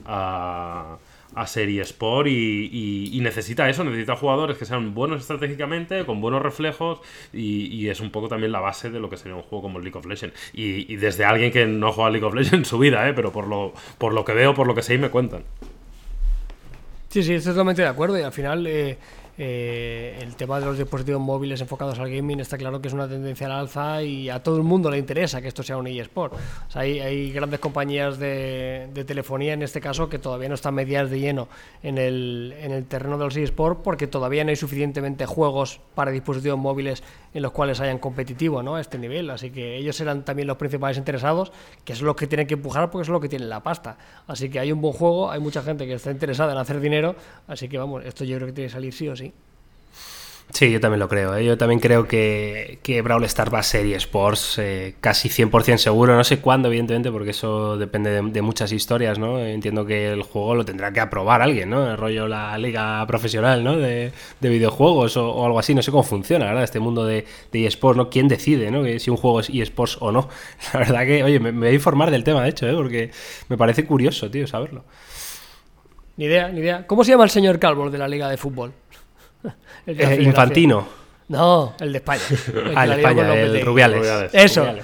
a ser eSport y necesita eso, necesita jugadores que sean buenos estratégicamente, con buenos reflejos y es un poco también la base de lo que sería un juego como League of Legends. Y desde alguien que no juega a League of Legends en su vida, pero por lo que veo, por lo que sé y me cuentan. Sí, estoy totalmente de acuerdo y al final el tema de los dispositivos móviles enfocados al gaming está claro que es una tendencia al alza y a todo el mundo le interesa que esto sea un eSport. O sea, hay grandes compañías de telefonía en este caso que todavía no están metidas de lleno en el terreno de los eSport porque todavía no hay suficientemente juegos para dispositivos móviles en los cuales hayan competitivo, ¿no? A este nivel, así que ellos serán también los principales interesados, que son los que tienen que empujar porque son los que tienen la pasta. Así que hay un buen juego, hay mucha gente que está interesada en hacer dinero, así que vamos, esto yo creo que tiene que salir sí o sí. Sí, yo también lo creo. Yo también creo que Brawl Stars va a ser eSports casi 100% seguro. No sé cuándo, evidentemente, porque eso depende de muchas historias, ¿no? Entiendo que el juego lo tendrá que aprobar alguien, ¿no? El rollo la liga profesional, ¿no? De videojuegos o algo así. No sé cómo funciona, ¿verdad? Este mundo de eSports, ¿no? ¿Quién decide, ¿no? Que si un juego es eSports o no. La verdad que, oye, me voy a informar del tema, de hecho, porque me parece curioso, tío, saberlo. Ni idea. ¿Cómo se llama el señor Calvo de la Liga de Fútbol? Infantino. No, el de España. El de España, el Rubiales. Eso. Rubiales.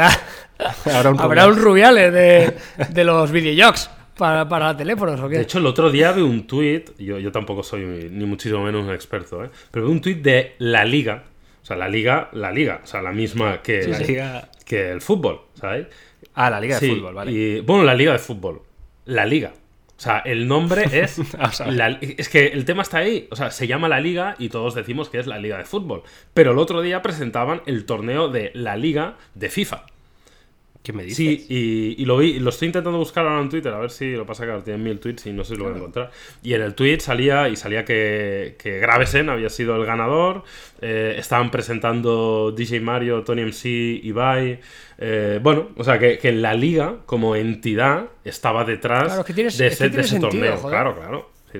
Habrá un Rubiales de los videojuegos para teléfonos, ¿o qué? De hecho, el otro día vi un tuit, yo tampoco soy ni muchísimo menos un experto, pero vi un tuit de la Liga, o sea, la Liga, o sea, la misma que, que el fútbol, ¿sabes? Ah, la Liga de Fútbol, vale. Y, bueno, la Liga de Fútbol, la Liga. O sea, el nombre es... es que el tema está ahí. O sea, se llama la Liga y todos decimos que es la Liga de Fútbol. Pero el otro día presentaban el torneo de la Liga de FIFA. ¿Qué me dices? Sí, y lo vi, lo estoy intentando buscar ahora en Twitter, a ver si lo pasa que tienen 1000 tweets y no sé si lo voy a encontrar. Y en el tweet salía que Gravesen había sido el ganador, estaban presentando DJ Mario, Tony MC, Ibai. Bueno, o sea que la liga como entidad estaba detrás de ese torneo. Joder. Claro, sí.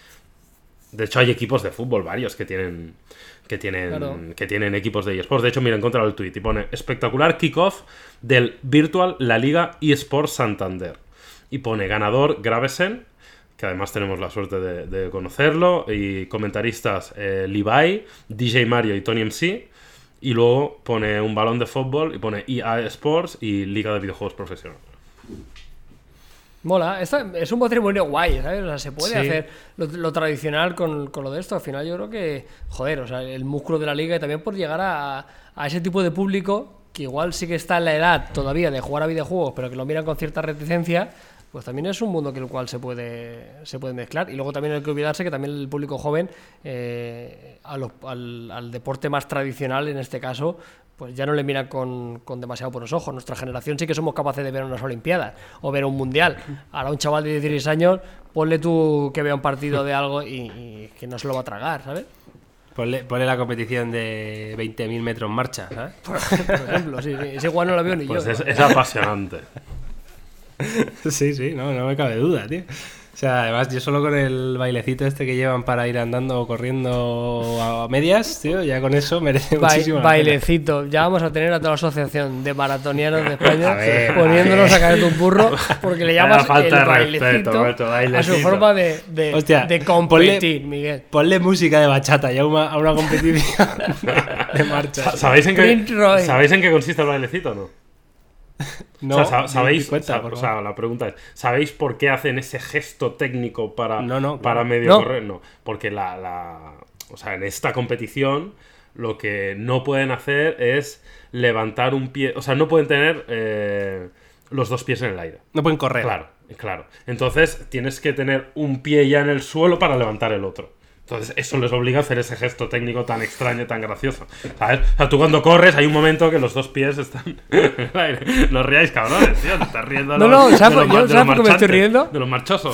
De hecho, hay equipos de fútbol varios que tienen equipos de eSports. De hecho, mira, he encontrado el tweet y pone espectacular kickoff del Virtual La Liga eSports Santander. Y pone ganador Gravesen, que además tenemos la suerte de conocerlo, y comentaristas Levi, DJ Mario y Tony MC. Y luego pone un balón de fútbol y pone EA Sports y Liga de Videojuegos Profesional. Mola, es un matrimonio guay, ¿sabes? O sea, se puede hacer lo tradicional con lo de esto. Al final yo creo que, joder, o sea, el músculo de la liga y también por llegar a ese tipo de público que igual sí que está en la edad todavía de jugar a videojuegos, pero que lo miran con cierta reticencia, pues también es un mundo que el cual se puede mezclar. Y luego también hay que olvidarse que también el público joven al deporte más tradicional, en este caso, pues ya no le miran con demasiado buenos ojos. Nuestra generación sí que somos capaces de ver unas Olimpiadas o ver un Mundial. Ahora un chaval de 16 años, ponle tú que vea un partido de algo y que no se lo va a tragar, ¿sabes? Ponle la competición de 20.000 metros en marcha, ¿sabes? Por ejemplo, sí. Ese igual no la veo ni Pues yo. es apasionante. Sí, no me cabe duda, tío. O sea, además yo solo con el bailecito este que llevan para ir andando o corriendo a medias, tío, ya con eso merece muchísimo la pena. Bailecito. Ya vamos a tener a toda la asociación de maratonianos de España A ver, poniéndonos a caer de un burro porque le llamas falta el de bailecito, respeto, macho, a su bailecito. forma de Hostia, competir, Miguel. Ponle música de bachata ya a una competición de marcha. ¿Sabéis en Prince Roy. qué consiste el bailecito o no? No, O sea, ¿sabéis? cuenta, por O sea, la pregunta es, ¿sabéis por qué hacen ese gesto técnico para claro. medio No. correr? No, porque o sea, en esta competición lo que no pueden hacer es levantar un pie, o sea, no pueden tener los dos pies en el aire. No pueden correr. Claro. Entonces tienes que tener un pie ya en el suelo para levantar el otro. Entonces eso les obliga a hacer ese gesto técnico tan extraño y tan gracioso, ¿sabes? O sea, tú cuando corres hay un momento que los dos pies están en el aire. No os riáis, cabrones, tío. Te estás riendo ¿sabes por qué me estoy riendo? de los marchosos.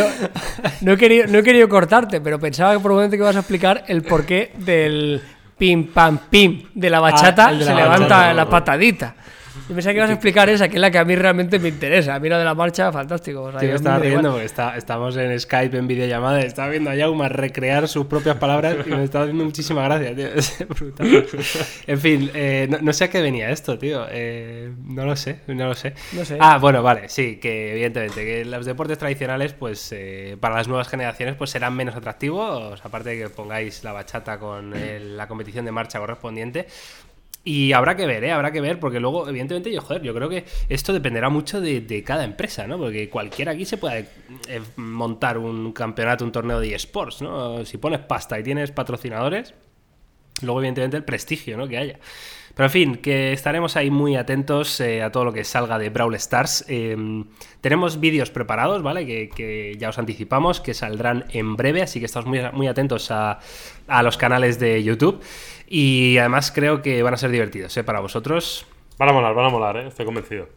No he querido cortarte, pero pensaba que por un momento que ibas a explicar el porqué del pim pam pim de la bachata, el de se la levanta bachata, la patadita. Yo pensaba que ibas a explicar esa, que es la que a mí realmente me interesa. A mí la de la marcha, fantástico. O sea, Tío, yo estaba me da igual. riendo porque estamos en Skype, en videollamada, estaba viendo a Jaume recrear sus propias palabras y me estaba haciendo muchísima gracia, tío. Es brutal. En fin, no sé a qué venía esto, tío. No lo sé. No sé. Ah, bueno, vale, sí, que evidentemente que los deportes tradicionales, pues para las nuevas generaciones, pues serán menos atractivos, aparte de que pongáis la bachata con la competición de marcha correspondiente. Y habrá que ver, porque luego, evidentemente, yo creo que esto dependerá mucho de cada empresa, ¿no? Porque cualquiera aquí se puede montar un campeonato, un torneo de eSports, ¿no? Si pones pasta y tienes patrocinadores, luego, evidentemente, el prestigio, ¿no? Que haya. Pero, en fin, que estaremos ahí muy atentos a todo lo que salga de Brawl Stars. Tenemos vídeos preparados, ¿vale? Que ya os anticipamos, que saldrán en breve, así que estamos muy atentos a los canales de YouTube. Y además creo que van a ser divertidos, ¿eh? Para vosotros. Van a molar, estoy convencido.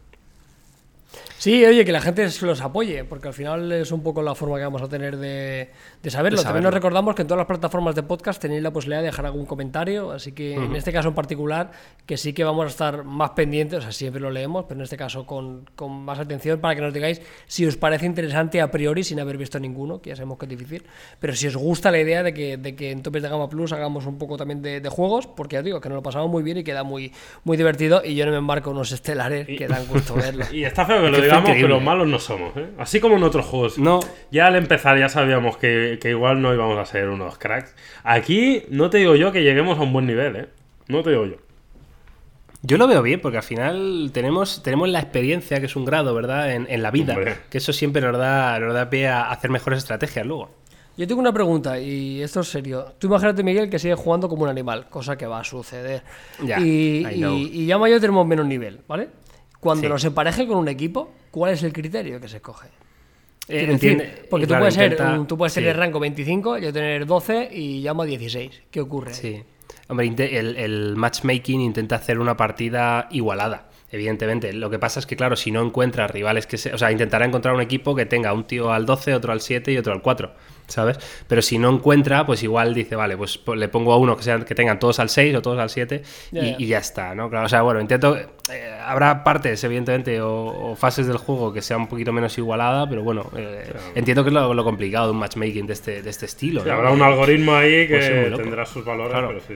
Sí, oye, que la gente los apoye, porque al final es un poco la forma que vamos a tener de saberlo. También nos recordamos que en todas las plataformas de podcast tenéis la posibilidad de dejar algún comentario, así que en este caso en particular, que sí que vamos a estar más pendientes, o sea, siempre lo leemos, pero en este caso con más atención para que nos digáis si os parece interesante a priori sin haber visto ninguno, que ya sabemos que es difícil, pero si os gusta la idea de que en Topes de Gama Plus hagamos un poco también de juegos, porque ya digo, que nos lo pasamos muy bien y queda muy, muy divertido, y yo no me embarco unos estelares que dan gusto verlo. Y está feo que lo digamos, pero malos no somos, ¿eh? Así como en otros juegos. No. Ya al empezar ya sabíamos que igual no íbamos a ser unos cracks. Aquí no te digo yo que lleguemos a un buen nivel, ¿eh? No te digo yo. Yo lo veo bien, porque al final tenemos la experiencia, que es un grado, ¿verdad? En la vida. Hombre. Que eso siempre nos da pie a hacer mejores estrategias luego. Yo tengo una pregunta, y esto es serio. Tú imagínate, Miguel, que sigue jugando como un animal, cosa que va a suceder. Ya, y I know. Llama y yo tenemos menos nivel, ¿vale? Cuando Sí. nos empareje con un equipo, ¿cuál es el criterio que se coge? Quiero Entiende- decir, porque claro, tú puedes sí. tener rango 25, yo tener 12 y llamo a 16. ¿Qué ocurre? Sí. Hombre, el matchmaking intenta hacer una partida igualada, evidentemente. Lo que pasa es que, claro, si no encuentras rivales o sea, intentará encontrar un equipo que tenga un tío al 12, otro al 7 y otro al 4, ¿sabes? Pero si no encuentra, pues igual dice, vale, pues le pongo a uno que tengan todos al 6 o todos al 7 y ya está, ¿no? Claro, o sea, bueno, habrá partes, evidentemente, o fases del juego que sea un poquito menos igualada, pero bueno, entiendo que es lo complicado de un matchmaking de este estilo, Sí, ¿no? habrá un algoritmo ahí Puede ser que muy loco. tendrá sus valores, Claro. pero sí.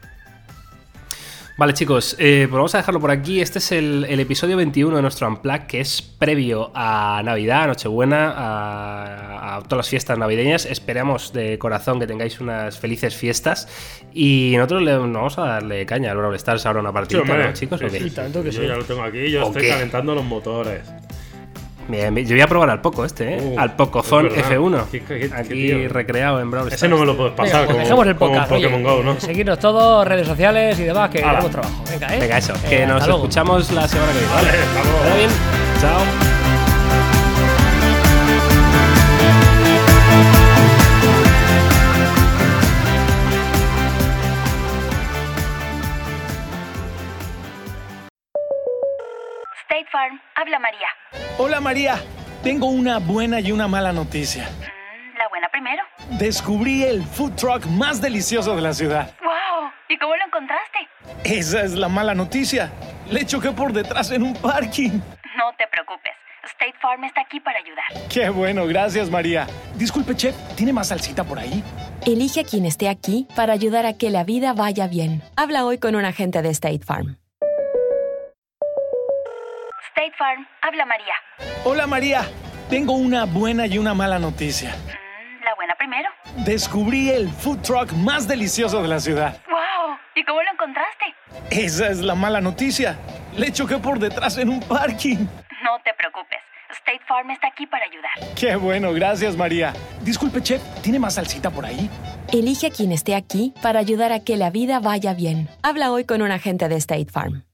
Vale, chicos, pues vamos a dejarlo por aquí. Este es el episodio 21 de nuestro Unplugged, que es previo a Navidad, a Nochebuena, a todas las fiestas navideñas. Esperamos de corazón que tengáis unas felices fiestas. Y nosotros vamos a darle caña al Brawl Stars ahora una partida, Sí, hombre. ¿no, chicos? ¿O qué? Sí, tanto que Yo sí. ya lo tengo aquí, yo ¿O estoy qué? calentando los motores. Bien, yo voy a probar al Poco al Pocofon es verdad. F1. Qué Aquí tío. recreado en Brawl Stars. Ese no me lo puedes pasar Venga, pues como, dejemos el como podcast. Pokémon oye, Go, ¿no? Seguidnos todos, redes sociales y demás, que Hala. tenemos trabajo. Venga, ¿eh? Venga, eso, que nos hasta luego. escuchamos la semana que viene. Vale, hasta luego. ¿Todo bien? Chao. Hola María, tengo una buena y una mala noticia. La buena primero. Descubrí el food truck más delicioso de la ciudad. ¡Wow! ¿Y cómo lo encontraste? Esa es la mala noticia. Le choqué por detrás en un parking. No te preocupes. State Farm está aquí para ayudar. Qué bueno, gracias María. Disculpe, chef, ¿tiene más salsita por ahí? Elige a quien esté aquí para ayudar a que la vida vaya bien. Habla hoy con un agente de State Farm. State Farm, habla María. Hola María, tengo una buena y una mala noticia. La buena primero. Descubrí el food truck más delicioso de la ciudad. ¡Wow! ¿Y cómo lo encontraste? Esa es la mala noticia. Le choqué por detrás en un parking. No te preocupes. State Farm está aquí para ayudar. Qué bueno, gracias María. Disculpe, chef, ¿tiene más salsita por ahí? Elige a quien esté aquí para ayudar a que la vida vaya bien. Habla hoy con un agente de State Farm.